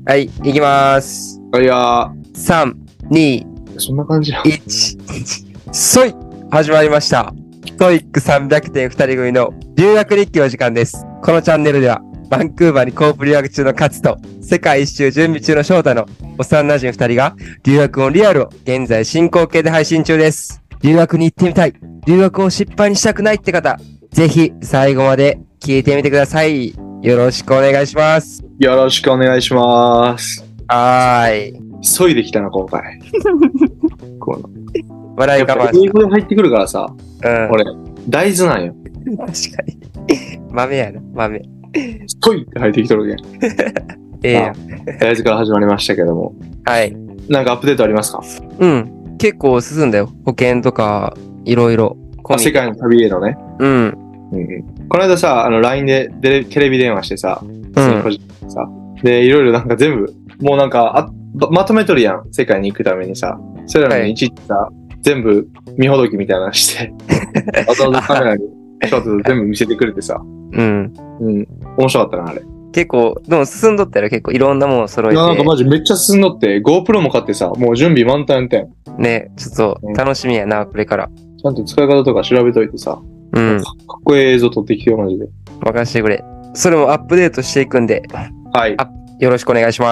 はい、いきまーす。 いや 3、2、 そんな感じや。 1、そい始まりました。トイック300点2人組の留学日記の時間です。このチャンネルでは、バンクーバーにコープ留学中のカツと、世界一周準備中の翔太の幼馴染2人が、留学のリアルを現在進行形で配信中です。留学に行ってみたい、留学を失敗にしたくないって方、ぜひ最後まで聞いてみてください。よろしくお願いします。 よろしくお願いします。 はーい。 急いできたな、今回。この笑い我慢英語で入ってくるからさ、俺、大豆なんよ。 確かに。豆やな、豆。 急いって入ってきとるけん。大豆から始まりましたけども。 はい。 なんかアップデートありますか？ 結構進んだよ。保険とか、いろいろ。 世界の旅へのね。この間さ、LINE でテレビ電話してさ、で、いろいろなんか全部、もうなんかまとめとるやん、世界に行くためにさ。それらにいちいちさ、全部見ほどきみたいなのして、わざわざカメラにショート全部見せてくれてさ。面白かったな、あれ。 結構、でも進んどったら結構いろんなもの揃えて。 いや、なんかマジめっちゃ進んどって、GoPro も買ってさ、もう準備満タンやってん。 ね、ちょっと楽しみやな、これから。 ちゃんと使い方とか調べといてさ。かっこいい映像撮ってきてよ、マジで。 任せてくれ。それもアップデートしていくんで。 はい。 よろしくお願いします。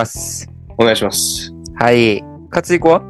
お願いします。 はい。勝ついこは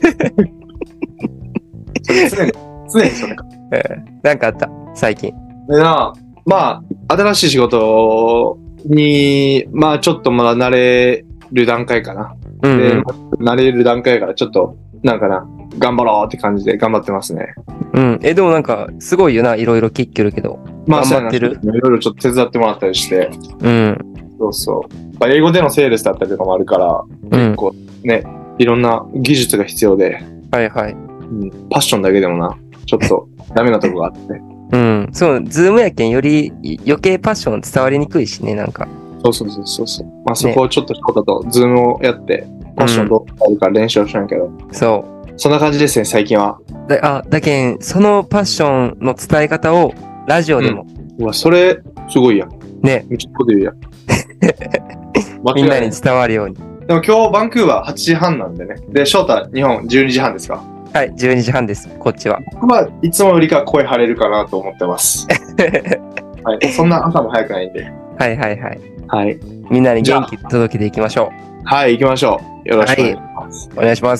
常にそれか。 なんかあった、最近。 まあ、新しい仕事に、まあ、ちょっとまだ慣れる段階かな。で、慣れる段階からちょっと、なんかな、頑張ろうって感じで頑張ってますね。 でもなんか、すごいよな、いろいろ聞けるけど。 まあ、 頑張ってる。 いろいろちょっと手伝ってもらったりして。そうそう。英語でのセールスだったりとかもあるから、結構ね、いろんな技術が必要で。 はいはい。 パッションだけでもな、ちょっとダメなとこがあって。 そう、ズームやけんより余計パッション伝わりにくいしね、なんか。 そう。まあそこをちょっと仕事とズームをやって、パッションどうあるか練習をしたんやけど。 そう。 そんな感じですね、最近は。 だけん、そのパッションの伝え方をラジオでも。 うわ、それ、すごいやん。 ね。 めっちゃこと言うやん。 みんなに伝わるように。 でも今日バンクーバー8時半なんでね。で、翔太、日本12時半ですか？ はい、12時半です、こっちは。 僕はいつもよりか声張れるかなと思ってます。はい、そんな朝も早くないんで。 はい。みんなに元気届けていきましょう。はい、行きましょう。よろしくお願いします。 お願いします。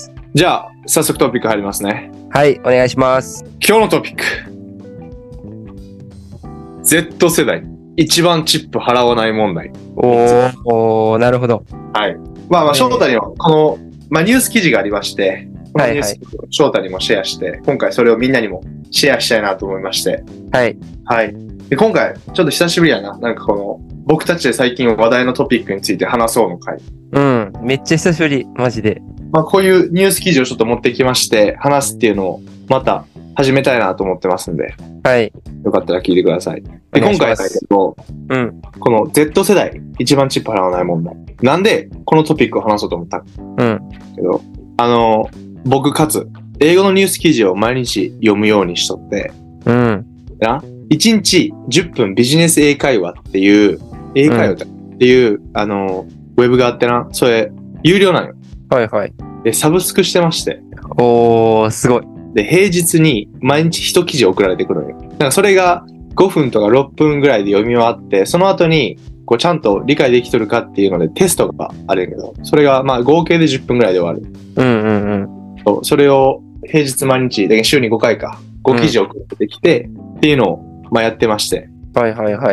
じゃあ、早速トピック入りますね。 はい、お願いします。 今日のトピック。Z 世代、一番チップ払わない問題。 おー、なるほど。 はい。まあ、翔太には、この、ニュース記事がありまして、このニュース記事を翔太にもシェアして、今回それをみんなにもシェアしたいなと思いまして。 はい。 で、今回、ちょっと久しぶりやな。なんかこの、僕たちで最近話題のトピックについて話そうの回。 めっちゃ久しぶり、マジで。 こういうニュース記事をちょっと持ってきまして、話すっていうのをまた始めたいなと思ってますんで。 はい。 よかったら聞いてください。で、今回だけど、この Z 世代、一番チップ払わない問題。なんで、このトピックを話そうと思ったけど、僕かつ、英語のニュース記事を毎日読むようにしとって、1日10分ビジネス英会話っていう、英会話っていう、ウェブがあってな、それ、有料なのよ。 はい。 で、サブスクしてまして。 おー、すごい。 で、平日に毎日1記事送られてくるのよ。なんかそれが5分とか6分ぐらいで読み終わって、その後に、こうちゃんと理解できとるかっていうのでテストがあるんやけど、それが合計で10分ぐらいで終わる。それを平日毎日、で週に5回か、5記事送ってきて、っていうのをやってまして。 はい。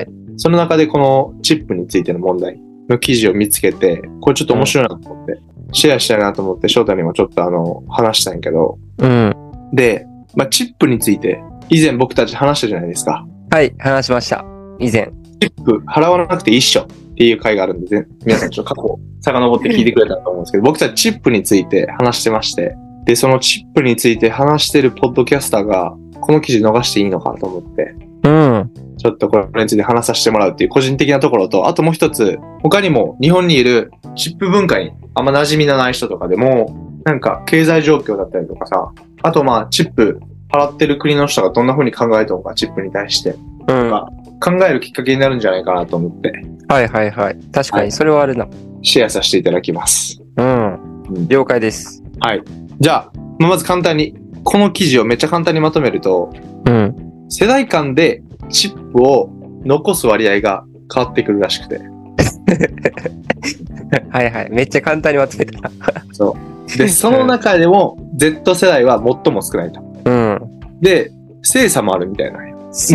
その中でこのチップについての問題の記事を見つけて、これちょっと面白いなと思って、シェアしたいなと思って翔太にもちょっと話したんやけど、で、チップについて以前僕たち話したじゃないですか。 はい、話しました。以前。 チップ払わなくて一緒っていう回があるんで、皆さんちょっと過去遡って聞いてくれたらと思うんですけど、僕たちチップについて話してまして、で、そのチップについて話してるポッドキャスターが、この記事逃していいのかと思って、ちょっとこれについて話させてもらうっていう個人的なところと、あともう一つ、他にも日本にいるチップ文化にあんま馴染みのない人とかでも、なんか経済状況だったりとかさ、あとチップ払ってる国の人がどんな風に考えたのか、チップに対して、考えるきっかけになるんじゃないかなと思って。 はい。確かに、それはあるな。 シェアさせていただきます。 了解です。 はい。じゃあ、まず簡単に、この記事をめっちゃ簡単にまとめると、世代間でチップを残す割合が変わってくるらしくて。 はいはい。めっちゃ簡単にまとめた。 そう。で、その中でも Z 世代は最も少ないと。で、性差もあるみたいな。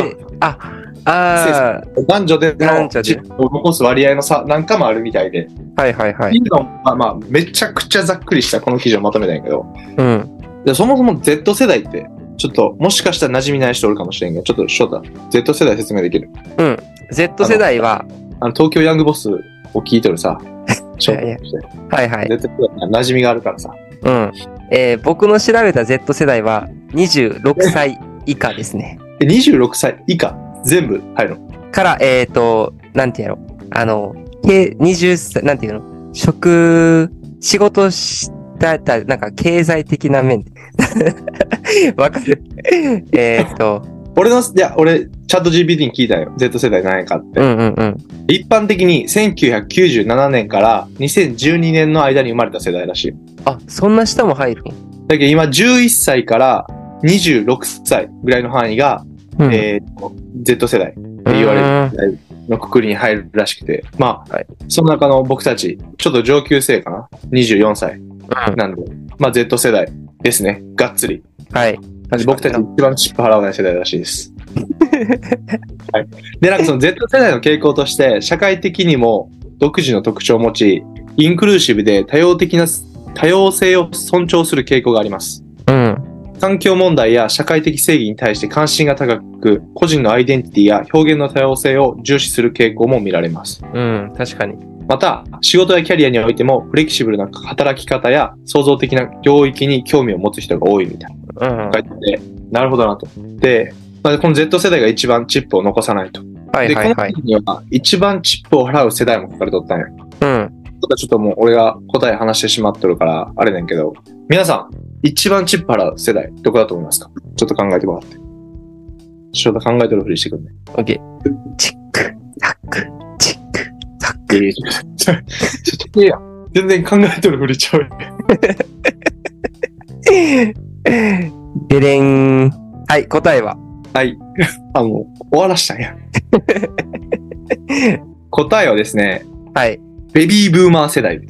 男女でのチップを残す割合の差なんかもあるみたいで。 はいはいはい。 まあ、めちゃくちゃざっくりしたこの記事をまとめたんやけど。でそもそも Z 世代って、ちょっと、もしかしたら馴染みない人おるかもしれんけど、ちょっと翔太、Z 世代説明できる？ Z 世代は、 東京ヤングボスを聞いとるさ、翔太として。 はいはい。 Z 世代には馴染みがあるからさ。 僕の調べた Z 世代は26歳以下ですね。 26歳以下全部入るの？ から、なんていうの20歳、なんていうの仕事した、なんか経済的な面。わかる？ 俺、チャット GPT に聞いたよ。Z 世代何やかって。一般的に1997年から2012年の間に生まれた世代らしい。 あ、そんな下も入る？ だけど今11歳から26歳ぐらいの範囲が、Z 世代って言われる世代のくくりに入るらしくて、まあ、その中の僕たち、ちょっと上級生かな ?24 歳なんで、まあ Z 世代ですね。がっつり。はい。僕たち一番チップ払わない世代らしいです。はい。で、なんかその Z 世代の傾向として、社会的にも独自の特徴を持ち、インクルーシブで多様性を尊重する傾向があります。環境問題や社会的正義に対して関心が高く、個人のアイデンティティや表現の多様性を重視する傾向も見られます。 確かに。 また、仕事やキャリアにおいてもフレキシブルな働き方や創造的な領域に興味を持つ人が多いみたいな。書いてて、なるほどなと。で、この Z 世代が一番チップを残さないと。で、この時には一番チップを払う世代も書かれとったんよ。ちょっともう俺が答え話してしまっとるからあれねんけど、皆さん、一番チップ払う世代、どこだと思いますか？ちょっと考えてもらって。ちょっと考えてるふりしてくんね。 オッケー。チック、タック、チック、タック。 いや、全然考えてるふりちゃうよ。 でれん。はい、答えは？ はい。終わらしたんや。答えはですね、 はい。 ベビーブーマー世代です。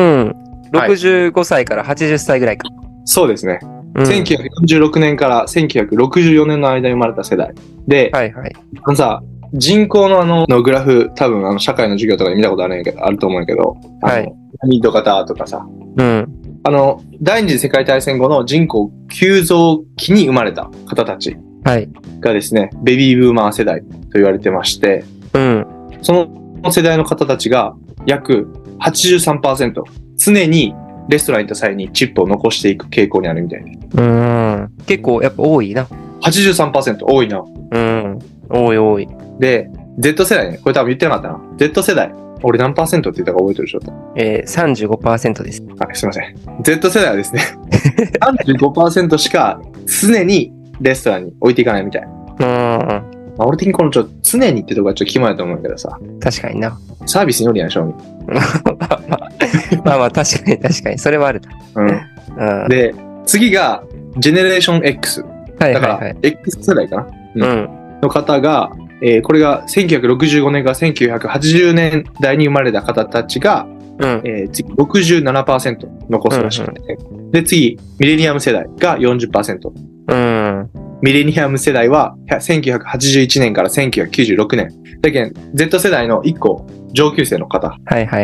65歳から80歳ぐらいか。 そうですね。1946年から1964年の間に生まれた世代。で、人口のグラフ、多分社会の授業とかで見たことあると思うんやけど、ピラミッド型とかさ、第二次世界大戦後の人口急増期に生まれた方たちがですね、ベビーブーマー世代と言われてまして、その世代の方たちが約 83%、常にレストラン行った際にチップを残していく傾向にあるみたいで。 結構やっぱ多いな。 83% 多いな。 多い。 で、Z 世代ね、これ多分言ってなかったな。Z 世代。俺何%って言ったか覚えてるでしょ ？35% です。 はい、すいません。Z 世代はですね、35% しか常にレストランに置いていかないみたい。俺的にこの常にってとこがちょっとキモいと思うけどさ。 確かにな。 サービスによりやん、正味。 まあ確かに。それはあるな。で、次が、ジェネレーション X。だから、X 世代かな。の方が、これが1965年から1980年代に生まれた方たちが、次 67% 残すらしくて。で、次、ミレニアム世代が 40%。ミレニアム世代は1981年から1996年。だけど、Z 世代の1個上級生の方。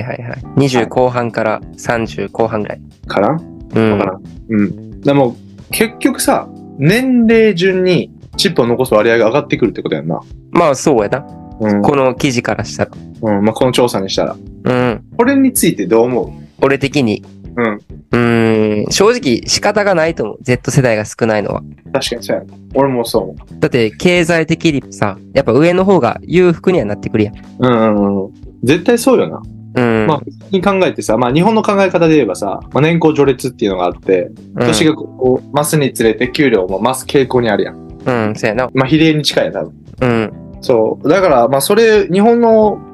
20後半から30後半ぐらい。 かな？でも、結局さ、年齢順にチップを残す割合が上がってくるってことやんな。 まあ、そうやな。この記事からしたら。 まあ、この調査にしたら。これについてどう思う？ 俺的に。正直仕方がないと思う。Z 世代が少ないのは。 確かにそうや。俺もそう思う。だって経済的にさ、やっぱ上の方が裕福にはなってくるやん。 絶対そうよな。まあ、普通に考えてさ、まあ日本の考え方で言えばさ、年功序列っていうのがあって、年がこう、増すにつれて給料も増す傾向にあるやん。 そうやな。 まあ比例に近いやん、多分。そう。だから、まあそれ、日本の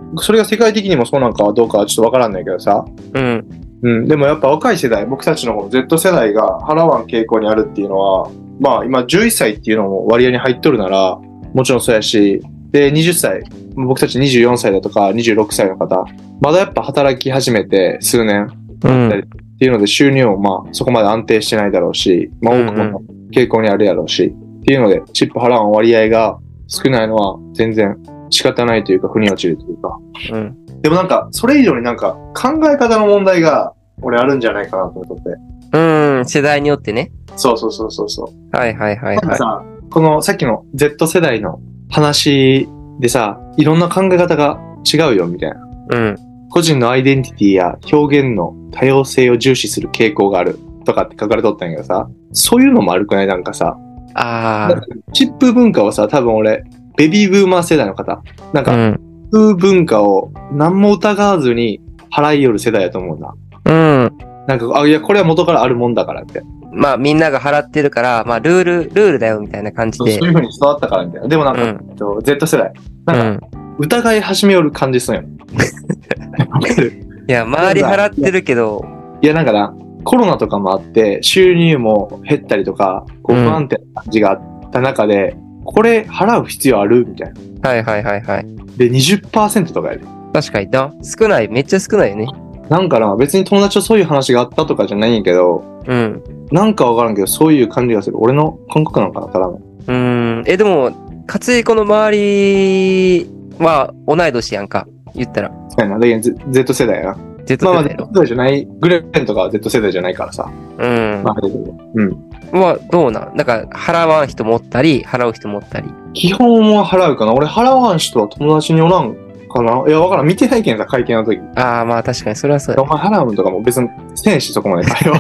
それが世界的にもそうなんかどうかはちょっとわからんないけどさ。 うん。 うん。でもやっぱ若い世代、僕たちのこの Z 世代が払わん傾向にあるっていうのは、まあ今11歳っていうのも割合に入っとるなら、もちろんそうやし、で、20歳、僕たち24歳だとか26歳の方、まだやっぱ働き始めて数年っていうので収入もまあそこまで安定してないだろうし、まあ多くも傾向にあるやろうし、っていうのでチップ払わん割合が少ないのは全然仕方ないというか、腑に落ちるというか。 うん。 でもなんか、それ以上になんか考え方の問題が俺あるんじゃないかなと思ってて。 世代によってね。 そうそうそうそうそう。 はいはいはいなんかはさ、このさっきの Z 世代の話でさ、いろんな考え方が違うよみたいな。 い。うん。 個人のアイデンティティや表現の多様性を重視する傾向があるとかって書かれとったんやけどさ、そういうのもあるくない？なんかさ、 あチップ文化はさ、多分俺、ベビーブーマー世代の方、なんあ。 か、チップ文化を何も疑わずに払いよる世代やと思うな。なんか、いや、これは元からあるもんだからって。 まあみんなが払ってるから、まあルールだよみたいな感じで。 そういう風に育ったからみたいな。でもなんか、Z 世代。なんか、疑い始めよる感じするんよ。 いや、周り払ってるけど。 いや、なんかな、コロナとかもあって、収入も減ったりとか、こう不安定な感じがあった中で、これ払う必要あるみたいな。 はいはいはいはい。 で、20% とかやで。 確かにな。少ない。めっちゃ少ないよね。なんかな、別に友達とそういう話があったとかじゃないんやけど、なんかわからんけど、そういう感じがする。俺の感覚なのかな、ただの。 でも、勝井子の周りは同い年やんか。言ったら。 そうやな。だけど Z 世代やな。Z 世代。まあまあ Z 世代じゃない、グレーンとかは Z 世代じゃないからさ。まあ、 どうなんか、払わん人もおったり、払う人もおったり。 基本は払うかな。俺払わん人は友達におらんかな。いや、わからん。見てないけんさ、会見の時。 ああ、まあ確かに、それはそうや。お前払うのとかも別にせんし、そこまで会話。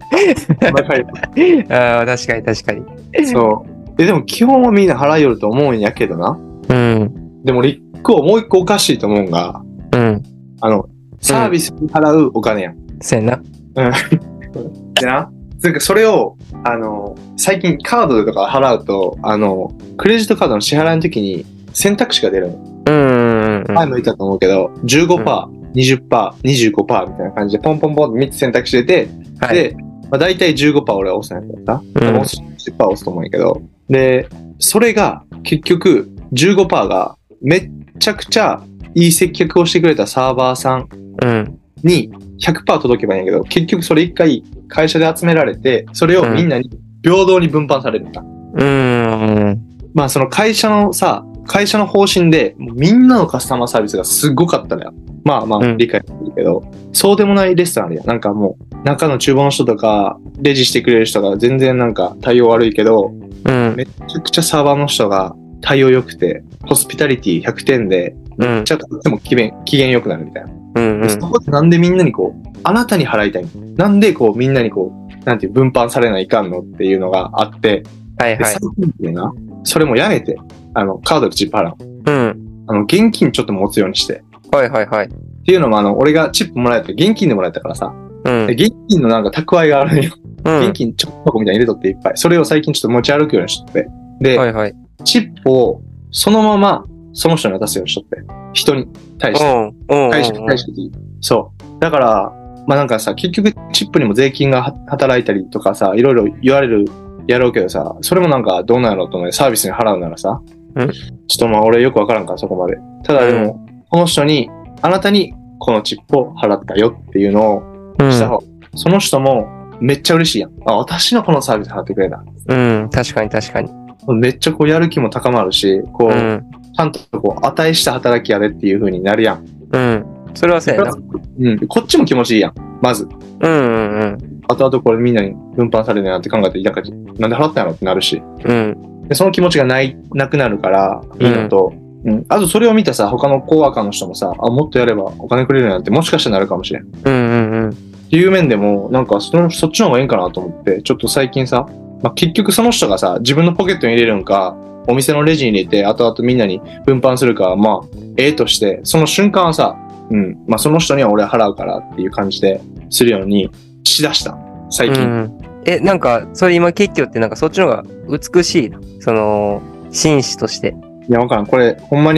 ああ、確かに確かに。 そう。でも基本はみんな払いよると思うんやけどな。でももう一個おかしいと思うんが、サービスに払うお金やん。 そうやな。 でな、なんかそれを、最近カードとか払うと、クレジットカードの支払いの時に選択肢が出るの。前も言ったと思うけど、15%、20%、25% みたいな感じでポンポンポンって3つ選択肢出て、で、まあ、大体15%俺は押すんやけどさ、10% 押すと思うんやけど、で、それが結局15%がめっちゃくちゃいい接客をしてくれたサーバーさんに 100% 届けばいいんやけど、結局それ一回会社で集められて、それをみんなに平等に分配されるんだ。まあその会社の方針で、みんなのカスタマーサービスがすごかったのよ。まあまあ理解できるけど、そうでもないレストランあるよ。なんかもう、中の厨房の人とか、レジしてくれる人が全然なんか対応悪いけど、めちゃくちゃサーバーの人が対応良くて、ホスピタリティ100点で、めっちゃとっても機嫌良くなるみたいな。そこでなんでみんなにこう、あなたに払いたいの？なんでこうみんなにこう、なんていう分配されないかんのっていうのがあって、最近っていうな、それもやめて、カードでチップ払う。現金ちょっと持つようにして。っていうのも俺がチップもらえた現金でもらえたからさ。現金のなんか蓄えがあるんよ。現金ちょっとみたいに入れとっていっぱい。それを最近ちょっと持ち歩くようにしとって。で、チップをそのままその人に渡すようにしとって。人に対して。対してそう。だから、まあなんかさ、結局チップにも税金が働いたりとかさ、いろいろ言われるやろうけどさ、それもなんかどうなんやろうと思う。サービスに払うならさ。ちょっとまあ俺よくわからんからそこまで。ただでも、この人に、あなたにこのチップを払ったよっていうのをした方、その人もめっちゃ嬉しいやん。あ、私のこのサービス払ってくれた。 確かに確かに。 めっちゃこうやる気も高まるし、こう、ちゃんとこう値した働きやでっていう風になるやん。 それはそうやな。 こっちも気持ちいいやん。まず。後々これみんなに分配されるなって考えて、なんで払ったんやろってなるし。でその気持ちがなくなるからいいのと、あとそれを見たさ、他のコワーカーの人もさ、あ、もっとやればお金くれるなんてもしかしたらなるかもしれん。っていう面でも、なんかそっちの方がいいんかなと思って、ちょっと最近さ、まあ、結局その人がさ、自分のポケットに入れるんか、お店のレジに入れて、後々みんなに分配するかは、まあ、として、その瞬間はさ、まあその人には俺は払うからっていう感じでするようにしだした、最近。 なんか、それ今結局ってなんかそっちの方が美しいな。その、紳士として。 いや、わからん。これ、ほんまに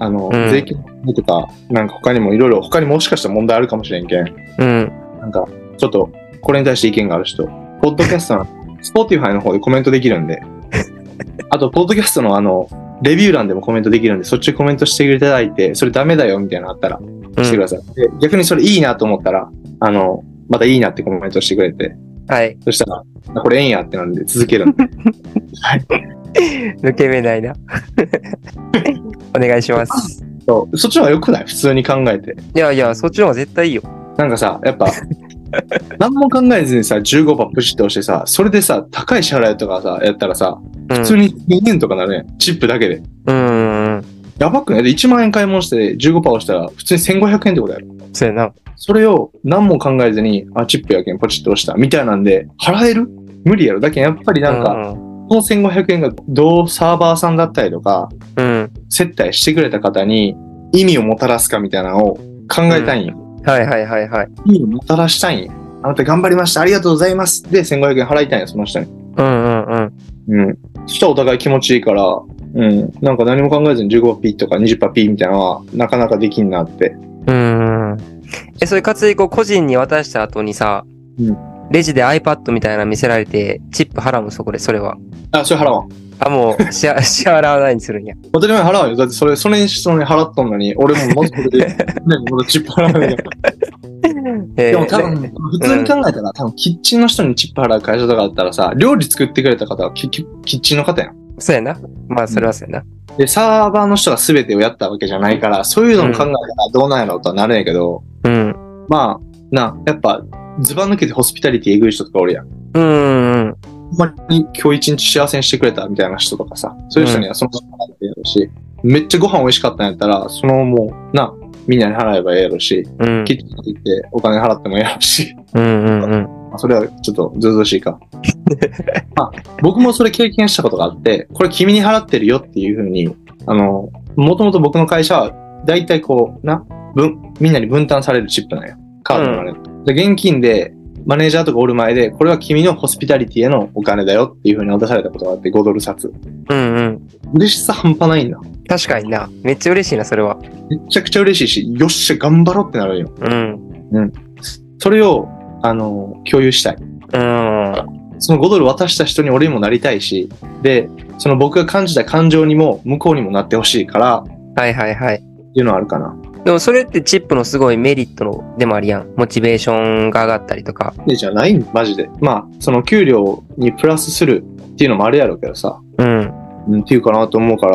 税金とか、なんか他にもいろいろ、他にもしかしたら問題あるかもしれんけん。なんか、ちょっと、これに対して意見がある人、ポッドキャストの、Spotify の方でコメントできるんで、あと、ポッドキャストのレビュー欄でもコメントできるんで、そっちでコメントしていただいて、それダメだよみたいなのあったら、してください。で逆にそれいいなと思ったら、またいいなってコメントしてくれて、 はい。 そしたら、これええんやってなんで続けるんで。はい。 抜け目ないな。お願いします。 そっちの方が良くない？普通に考えて。 いやいや、そっちの方が絶対いいよ。 なんかさ、やっぱ、何も考えずにさ、15%プシッと押してさ、それでさ、高い支払いとかさ、やったらさ、普通に1000円とかなるね。チップだけで。やばくない？で、1万円買い物して 15% 押したら、普通に1500円ってことやろ。 そうやな。 それを何も考えずに、チップやけんポチッと押したみたいなんで、払える？無理やろ。だけどやっぱりなんか、この1500円がどうサーバーさんだったりとか、接待してくれた方に意味をもたらすかみたいなのを考えたいんよ。 はいはいはいはい。 意味をもたらしたいんよ。あなた頑張りました。ありがとうございます。で、1500円払いたいんよ、その人に。そしたらお互い気持ちいいから、なんか何も考えずに 15% とか 20% みたいなのはなかなかできんなって。 それ活躍を個人に渡した後にさ、レジで iPad みたいなの見せられて、チップ払うのそれは。 それ払わん。 もう、支払わないにするんや。 当たり前払うよ。だってそれに払っとんのに、俺ももずこれで、まだチップ払うよ。でも多分、普通に考えたら、多分キッチンの人にチップ払う会社とかだったらさ、料理作ってくれた方はキッチンの方やん。 そうやな。まあ、それはそうやな。 で、サーバーの人が全てをやったわけじゃないから、そういうのも考えたらどうなんやろうとはなるんやけど、まあ、やっぱ、ズバ抜けてホスピタリティえぐい人とかおるやん。ほんまに今日一日幸せにしてくれたみたいな人とかさ、そういう人にはその人払ってやろうし、めっちゃご飯美味しかったんやったら、そのもう、みんなに払えばええやろし、キッチンに行ってお金払ってもええやろし。それはちょっとずうずうしいか。僕もそれ経験したことがあって、これ君に払ってるよっていう風に、もともと僕の会社は、だいたいみんなに分担されるチップなんよ。カードのマネー。で、現金で、マネージャーとかおる前で、これは君のホスピタリティへのお金だよっていう風に渡されたことがあって、5ドル札。嬉しさ半端ないんだ。 確かにな。めっちゃ嬉しいな、それは。 めちゃくちゃ嬉しいし、よっしゃ、頑張ろうってなるよ。それを、共有したい。その5ドル渡した人に俺にもなりたいし、で、その僕が感じた感情にも向こうにもなってほしいから、っていうのはあるかな。 でもそれってチップのすごいメリットのでもありやん。モチベーションが上がったりとか。 じゃないマジで。その給料にプラスするっていうのもあるやろうけどさ。っていうかなと思うから。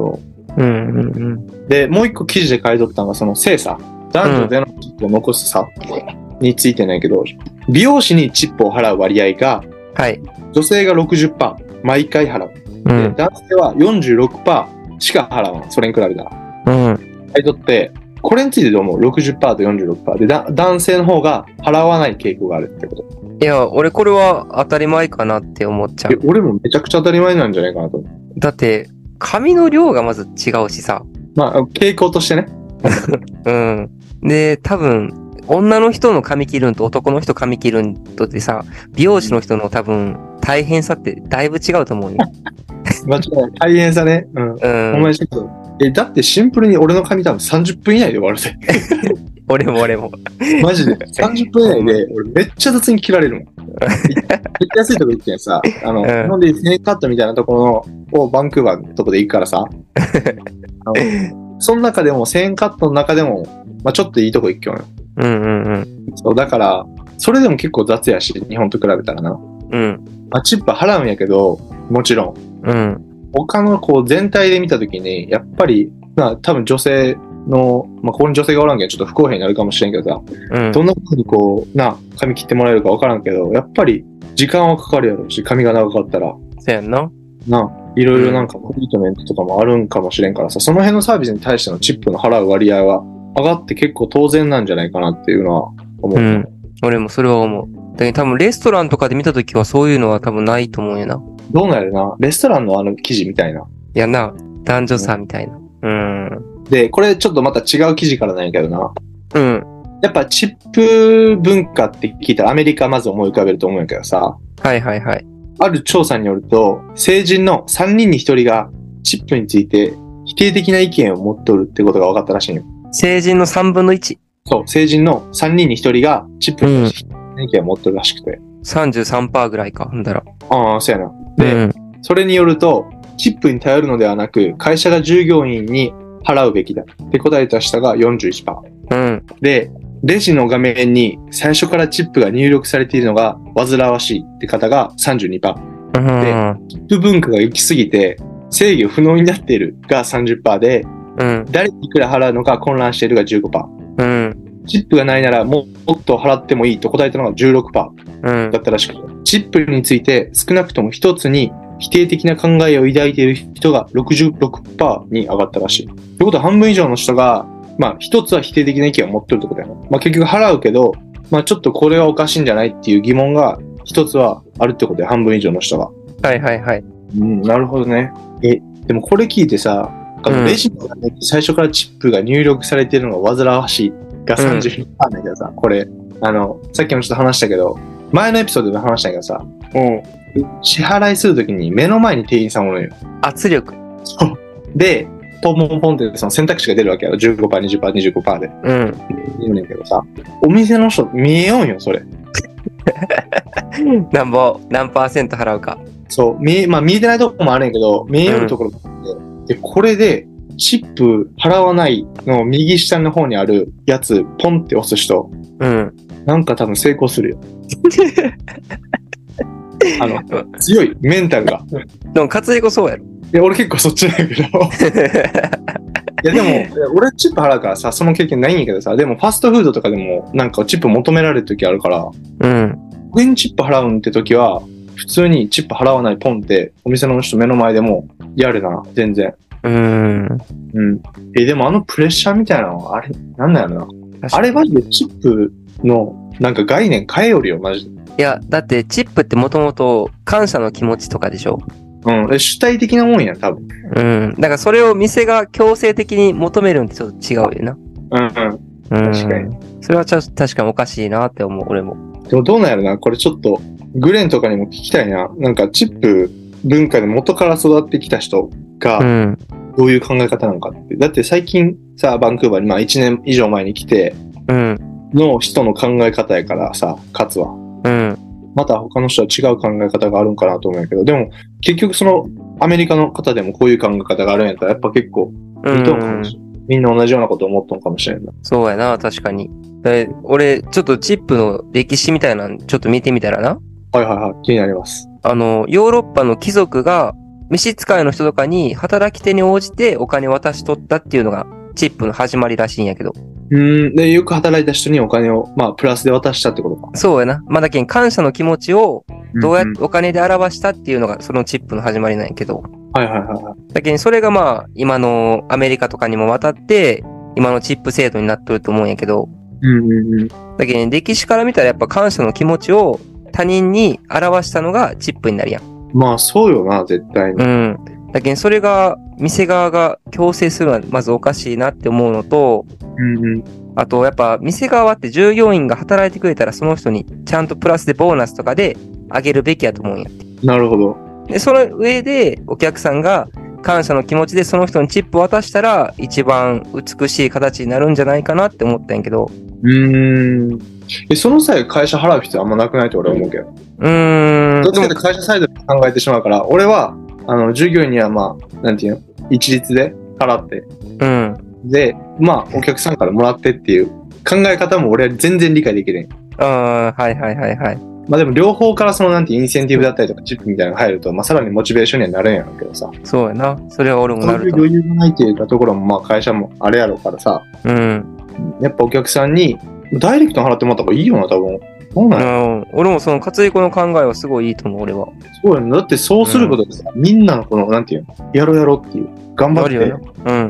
で、もう一個記事で書いとったのが、その精査。男女でのチップを残す差についてないけど、美容師にチップを払う割合が、女性が 60%、毎回払う。で、男性は 46% しか払わん。それに比べたら。書いとって、これについてどう思う？ 60% と 46% で、男性の方が払わない傾向があるってこと。 いや、俺これは当たり前かなって思っちゃう。 俺もめちゃくちゃ当たり前なんじゃないかなと。 だって、髪の量がまず違うしさ。 傾向としてね。 で、多分、女の人の髪切るんと男の人髪切るんとでさ、美容師の人の多分、大変さってだいぶ違うと思うよ。 間違いない。大変さね。お前ちょっと。だってシンプルに俺の髪多分30分以内で終わるぜ。 俺も。 マジで。30分以内で俺めっちゃ雑に切られるもん。切りやすいとこ行ってんさ、日本で1000円カットみたいなところをバンクーバーのとこで行くからさ、その中でも1000円カットの中でも、ちょっといいとこ行くよね。そう、だから、それでも結構雑やし、日本と比べたらな。チップ払うんやけど、もちろん。他の全体で見たときに、やっぱり、多分女性の、ここに女性がおらんけどちょっと不公平になるかもしれんけどさ、どんな風に髪切ってもらえるかわからんけど、やっぱり時間はかかるやろし、髪が長かったら。 そうやんな。 いろいろトリートメントとかもあるんかもしれんからさ、その辺のサービスに対してのチップの払う割合は上がって結構当然なんじゃないかなっていうのは思う。 俺もそれは思う。だけど多分レストランとかで見たときはそういうのは多分ないと思うんやな。 どうなんやろな。レストランの記事みたいな。 やな。男女差みたいな。 で、これちょっとまた違う記事からなんやけどな。やっぱチップ文化って聞いたらアメリカまず思い浮かべると思うんやけどさ。ある調査によると、成人の3人に1人がチップについて否定的な意見を持っとるってことが分かったらしいよ。 成人の3分の1。 そう、成人の3人に1人がチップに対して否定的な意見を持っとるらしくて。 33% ぐらいか、ほんだら。 ああ、そうやな。で、それによると、チップに頼るのではなく、会社が従業員に払うべきだって答えた人が 41%。で、レジの画面に最初からチップが入力されているのが煩わしいって方が 32%。で、チップ文化が行き過ぎて制御不能になっているが 30% で、誰にいくら払うのか混乱しているが 15%。チップがないならもっと払ってもいいと答えたのが 16% だったらしくて、チップについて少なくとも一つに否定的な考えを抱いている人が 66% に上がったらしい。ということは半分以上の人が一つは否定的な意見を持ってるってことやな。結局払うけど、ちょっとこれはおかしいんじゃないっていう疑問が一つはあるってことで、半分以上の人が。 はいはいはい。 なるほどね。でもこれ聞いてさ、レジの画面に最初からチップが入力されているのが煩わしいが 32% だけどさ、これ、さっきもちょっと話したけど、前のエピソードで話したけどさ、支払いするときに目の前に店員さんおるよ。 圧力。 そう。で、ポンポンポンってその選択肢が出るわけやろ。15%、20%、25% で。言うねんけどさ、お店の人見えよんよ、それ。 何%払うか。 そう。見えてないとこもあるんやけど、見えよるところがあって、で、これで、チップ払わないの右下の方にあるやつ、ポンって押す人、なんか多分成功するよ。強い、メンタルが。 でも、勝彦そうやろ。 いや、俺結構そっちなんやけど。いや、でも、俺チップ払うからさ、その経験ないんやけどさ、でもファストフードとかでもなんかチップ求められる時あるから、上にチップ払うんって時は、普通にチップ払わないポンって、お店の人目の前でもやるな、全然。でもプレッシャーみたいなのは、あれ、なんだよな。あれマジでチップのなんか概念変えよるよ、マジで。 いや、だってチップってもともと感謝の気持ちとかでしょ。 主体的なもんや、多分。 だからそれを店が強制的に求めるんってちょっと違うよな。 確かに。 それは確かにおかしいなって思う、俺も。 でもどうなんやろな、これちょっと、グレンとかにも聞きたいな。なんかチップ文化で元から育ってきた人が、どういう考え方なのかって。だって最近さ、バンクーバーに1年以上前に来て、の人の考え方やからさ、かつは。また他の人は違う考え方があるんかなと思うんやけど、でも結局そのアメリカの方でもこういう考え方があるんやったらやっぱ結構いいと思うかもしれない。みんな同じようなこと思っとんかもしれんな。 そうやな、確かに。俺、ちょっとチップの歴史みたいなのちょっと見てみたらな。 気になります。 ヨーロッパの貴族が召使いの人とかに働き手に応じてお金を渡し取ったっていうのがチップの始まりらしいんやけど。 で、よく働いた人にお金を、プラスで渡したってことか。 そうやな。だけん感謝の気持ちをどうやってお金で表したっていうのがそのチップの始まりなんやけど。だけんそれが今のアメリカとかにも渡って、今のチップ制度になっとると思うんやけど。だけん歴史から見たらやっぱ感謝の気持ちを他人に表したのがチップになるやん。 そうよな、絶対に。 だけどそれが店側が強制するのはまずおかしいなって思うのと、あとやっぱ店側って従業員が働いてくれたらその人にちゃんとプラスでボーナスとかであげるべきやと思うんやって。 なるほど。 で、その上でお客さんが感謝の気持ちでその人にチップを渡したら一番美しい形になるんじゃないかなって思ったんやけど。 その際会社払う必要あんまなくないと俺は思うけど。どっちかって会社サイドで考えてしまうから、俺は従業員にはなんていうの、一律で払って。で、お客さんからもらってっていう考え方も俺は全然理解できるん。でも両方からそのなんてインセンティブだったりとかチップみたいなのが入ると、さらにモチベーションにはなるんやろうけどさ。 そうやな。それは俺もなると。 そういう余裕がないっていうところも会社もあれやろうからさ。やっぱお客さんにダイレクトに払ってもらった方がいいよな、多分。そうなんや。 俺もその勝彦の考えはすごいいいと思う、俺は。 そうやね。だってそうすることでさ、みんなのこの、なんていうの、やろうっていう、頑張って、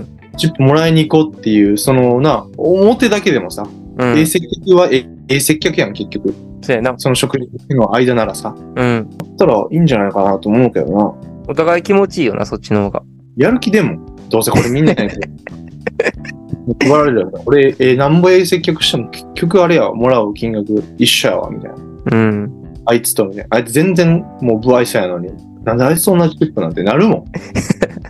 チップもらいに行こうっていう、その表だけでもさ、接客は接客やん、結局。 そうやな。 その食事の間ならさ。だったらいいんじゃないかなと思うけどな。 お互い気持ちいいよな、そっちの方が。 やる気でも、どうせこれみんなやねん。配られるよ。俺、なんぼ接客しても結局あれや、もらう金額一緒やわ、みたいな。あいつとね。あいつ全然もう不愛想やのに。なんであいつと同じチップなんてなるもん。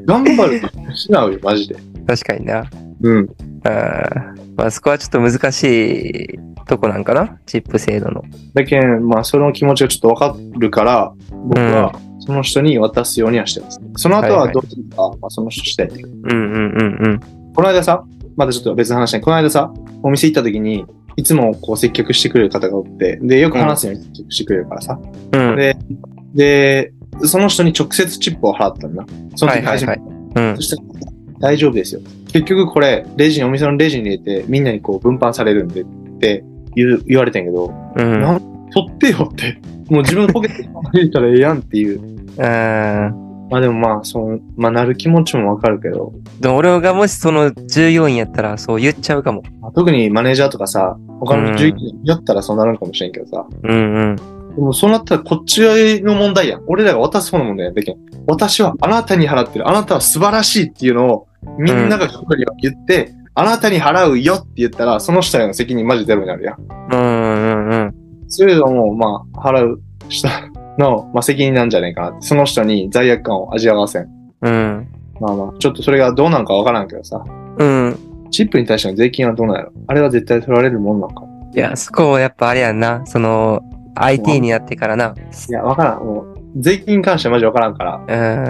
頑張ると失うよ、マジで。 確かにな。 うん。 まあそこはちょっと難しいとこなんかな、チップ制度の。 だけん、まあ、その気持ちがちょっとわかるから、僕はその人に渡すようにはしてます。その後はどうするか、まあ、その人次第で。この間さ、またちょっと別の話ね。この間さ、お店行った時に、いつもこう接客してくれる方がおって、で、よく話すように接客してくれるからさ。で、その人に直接チップを払ったんだ。その時初めて。そしたら、大丈夫ですよ。結局これ、お店のレジに入れて、みんなにこう分配されるんでって言われてんけど、取ってよって。もう自分のポケットに入れたらええやんっていう。まあでもまあなる気持ちもわかるけど。 でも俺がもしその従業員やったらそう言っちゃうかも。 特にマネージャーとかさ、他の従業員やったらそうなるかもしれんけどさ。でもそうなったらこっちの問題やん。俺らが渡す方の問題やん。だけど、私はあなたに払ってる。あなたは素晴らしいっていうのをみんなが言って、あなたに払うよって言ったら、その人への責任マジゼロになるやん。それでもまあ払う人の、まあ、責任なんじゃないかなって。その人に罪悪感を味わわせん。まあまあ、ちょっとそれがどうなんかわからんけどさ。チップに対しての税金はどうなんやろ？あれは絶対取られるもんなんか。 いや、そこやっぱあれやんな。その、IT になってからな。 いや、わからん。もう、税金に関してはマジわからんから。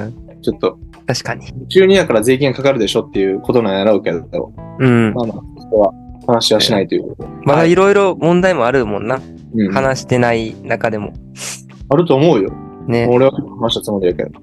ちょっと。 確かに。 収入やから税金がかかるでしょっていうことなんやろうけど。まあまあ、そこは話はしないということで。 まだいろいろ問題もあるもんな。話してない中でも。 あると思うよ。 ね。 俺は話したつもりやけど。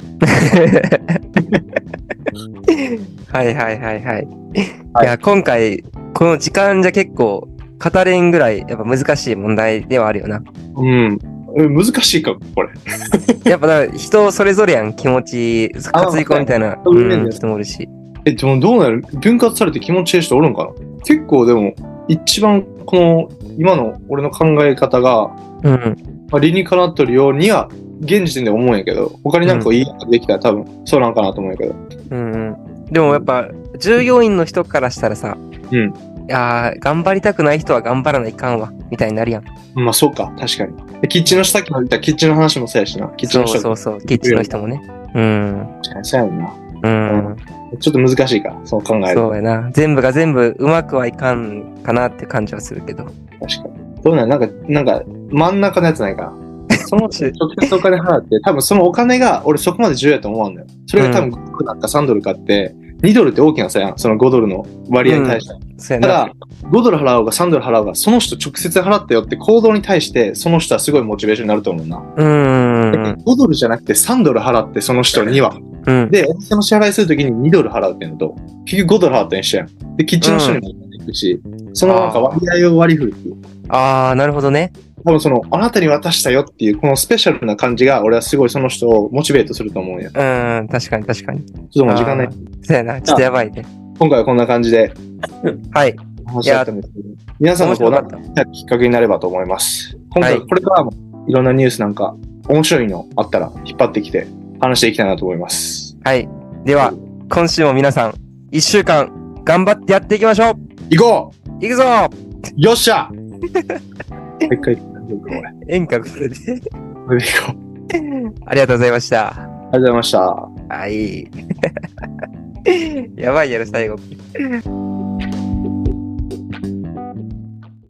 はい。いや、今回、この時間じゃ結構語れんぐらいやっぱ難しい問題ではあるよな。 難しいか、これ。 やっぱだ人それぞれやん、気持ち、活育みたいな、人もおるし。 でもどうなる？分割されて気持ちいい人おるんかな？結構でも、一番この、今の俺の考え方が、理にかなっとるようには、現時点で思うんやけど、他になんかいいことできたら多分そうなんかなと思うんやけど。 でもやっぱ、従業員の人からしたらさ、いや頑張りたくない人は頑張らないかんわ、みたいになるやん。まあそうか、確かに。キッチンの下に言ったキッチンの話もそうやしな。キッチンの人。 そう、キッチンの人もね。 確かにそうやんな。ちょっと難しいか、そう考える。 そうやな。全部が全部うまくはいかんかなって感じはするけど。 確かに。どうなんか真ん中のやつないかな。その直接お金払って、多分そのお金が俺そこまで重要やと思うんだよ。それが多分5ドルだか3ドルかって、2ドルって大きな差やん。その5ドルの割合に対して。ただ、5ドル払おうが3ドル払おうが、その人直接払ったよって行動に対して、その人はすごいモチベーションになると思うな。5ドルじゃなくて3ドル払って、その人には。で、お店の支払いするときに2ドル払うっていうのと、結局5ドル払ったりしてん。で、キッチンの人にも行くし、そのなんか割合を割り振るっていう。なるほどね。多分その、あなたに渡したよっていう、このスペシャルな感じが、俺はすごいその人をモチベートすると思うんや。確かに。ちょっともう時間ない。そうやな、ちょっとやばいね。今回はこんな感じで。はい。話だったんですけど、皆さんのこうなんかきっかけになればと思います。今回、これからもいろんなニュースなんか、面白いのあったら引っ張ってきて、話していきたいなと思います。はい。では、今週も皆さん、1週間、頑張ってやっていきましょう。行こう。行くぞ。よっしゃ一回演歌これでこれでいこう。ありがとうございました。ありがとうございました。はい。やばいやろ、最後。